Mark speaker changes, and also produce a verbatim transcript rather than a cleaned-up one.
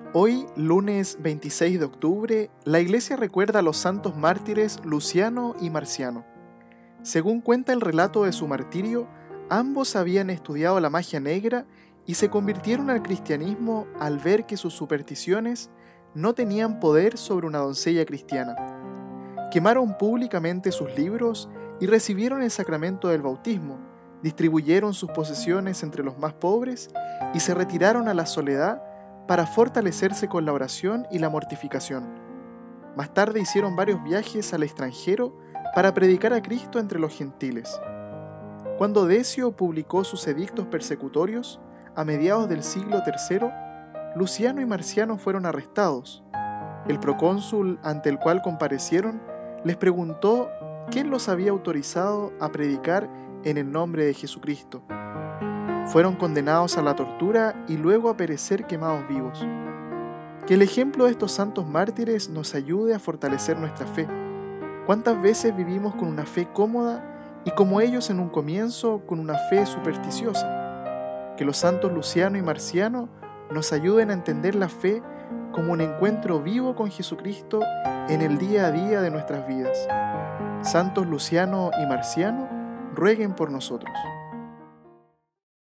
Speaker 1: Hoy, lunes veintiséis de octubre, la Iglesia recuerda a los santos mártires Luciano y Marciano. Según cuenta el relato de su martirio, ambos habían estudiado la magia negra y se convirtieron al cristianismo al ver que sus supersticiones no tenían poder sobre una doncella cristiana. Quemaron públicamente sus libros y recibieron el sacramento del bautismo, distribuyeron sus posesiones entre los más pobres y se retiraron a la soledad para fortalecerse con la oración y la mortificación. Más tarde hicieron varios viajes al extranjero para predicar a Cristo entre los gentiles. Cuando Decio publicó sus edictos persecutorios, a mediados del siglo tercero, Luciano y Marciano fueron arrestados. El procónsul ante el cual comparecieron les preguntó quién los había autorizado a predicar en el nombre de Jesucristo. Fueron condenados a la tortura y luego a perecer quemados vivos. Que el ejemplo de estos santos mártires nos ayude a fortalecer nuestra fe. ¿Cuántas veces vivimos con una fe cómoda y como ellos en un comienzo con una fe supersticiosa? Que los santos Luciano y Marciano nos ayuden a entender la fe como un encuentro vivo con Jesucristo en el día a día de nuestras vidas. Santos Luciano y Marciano, rueguen por nosotros.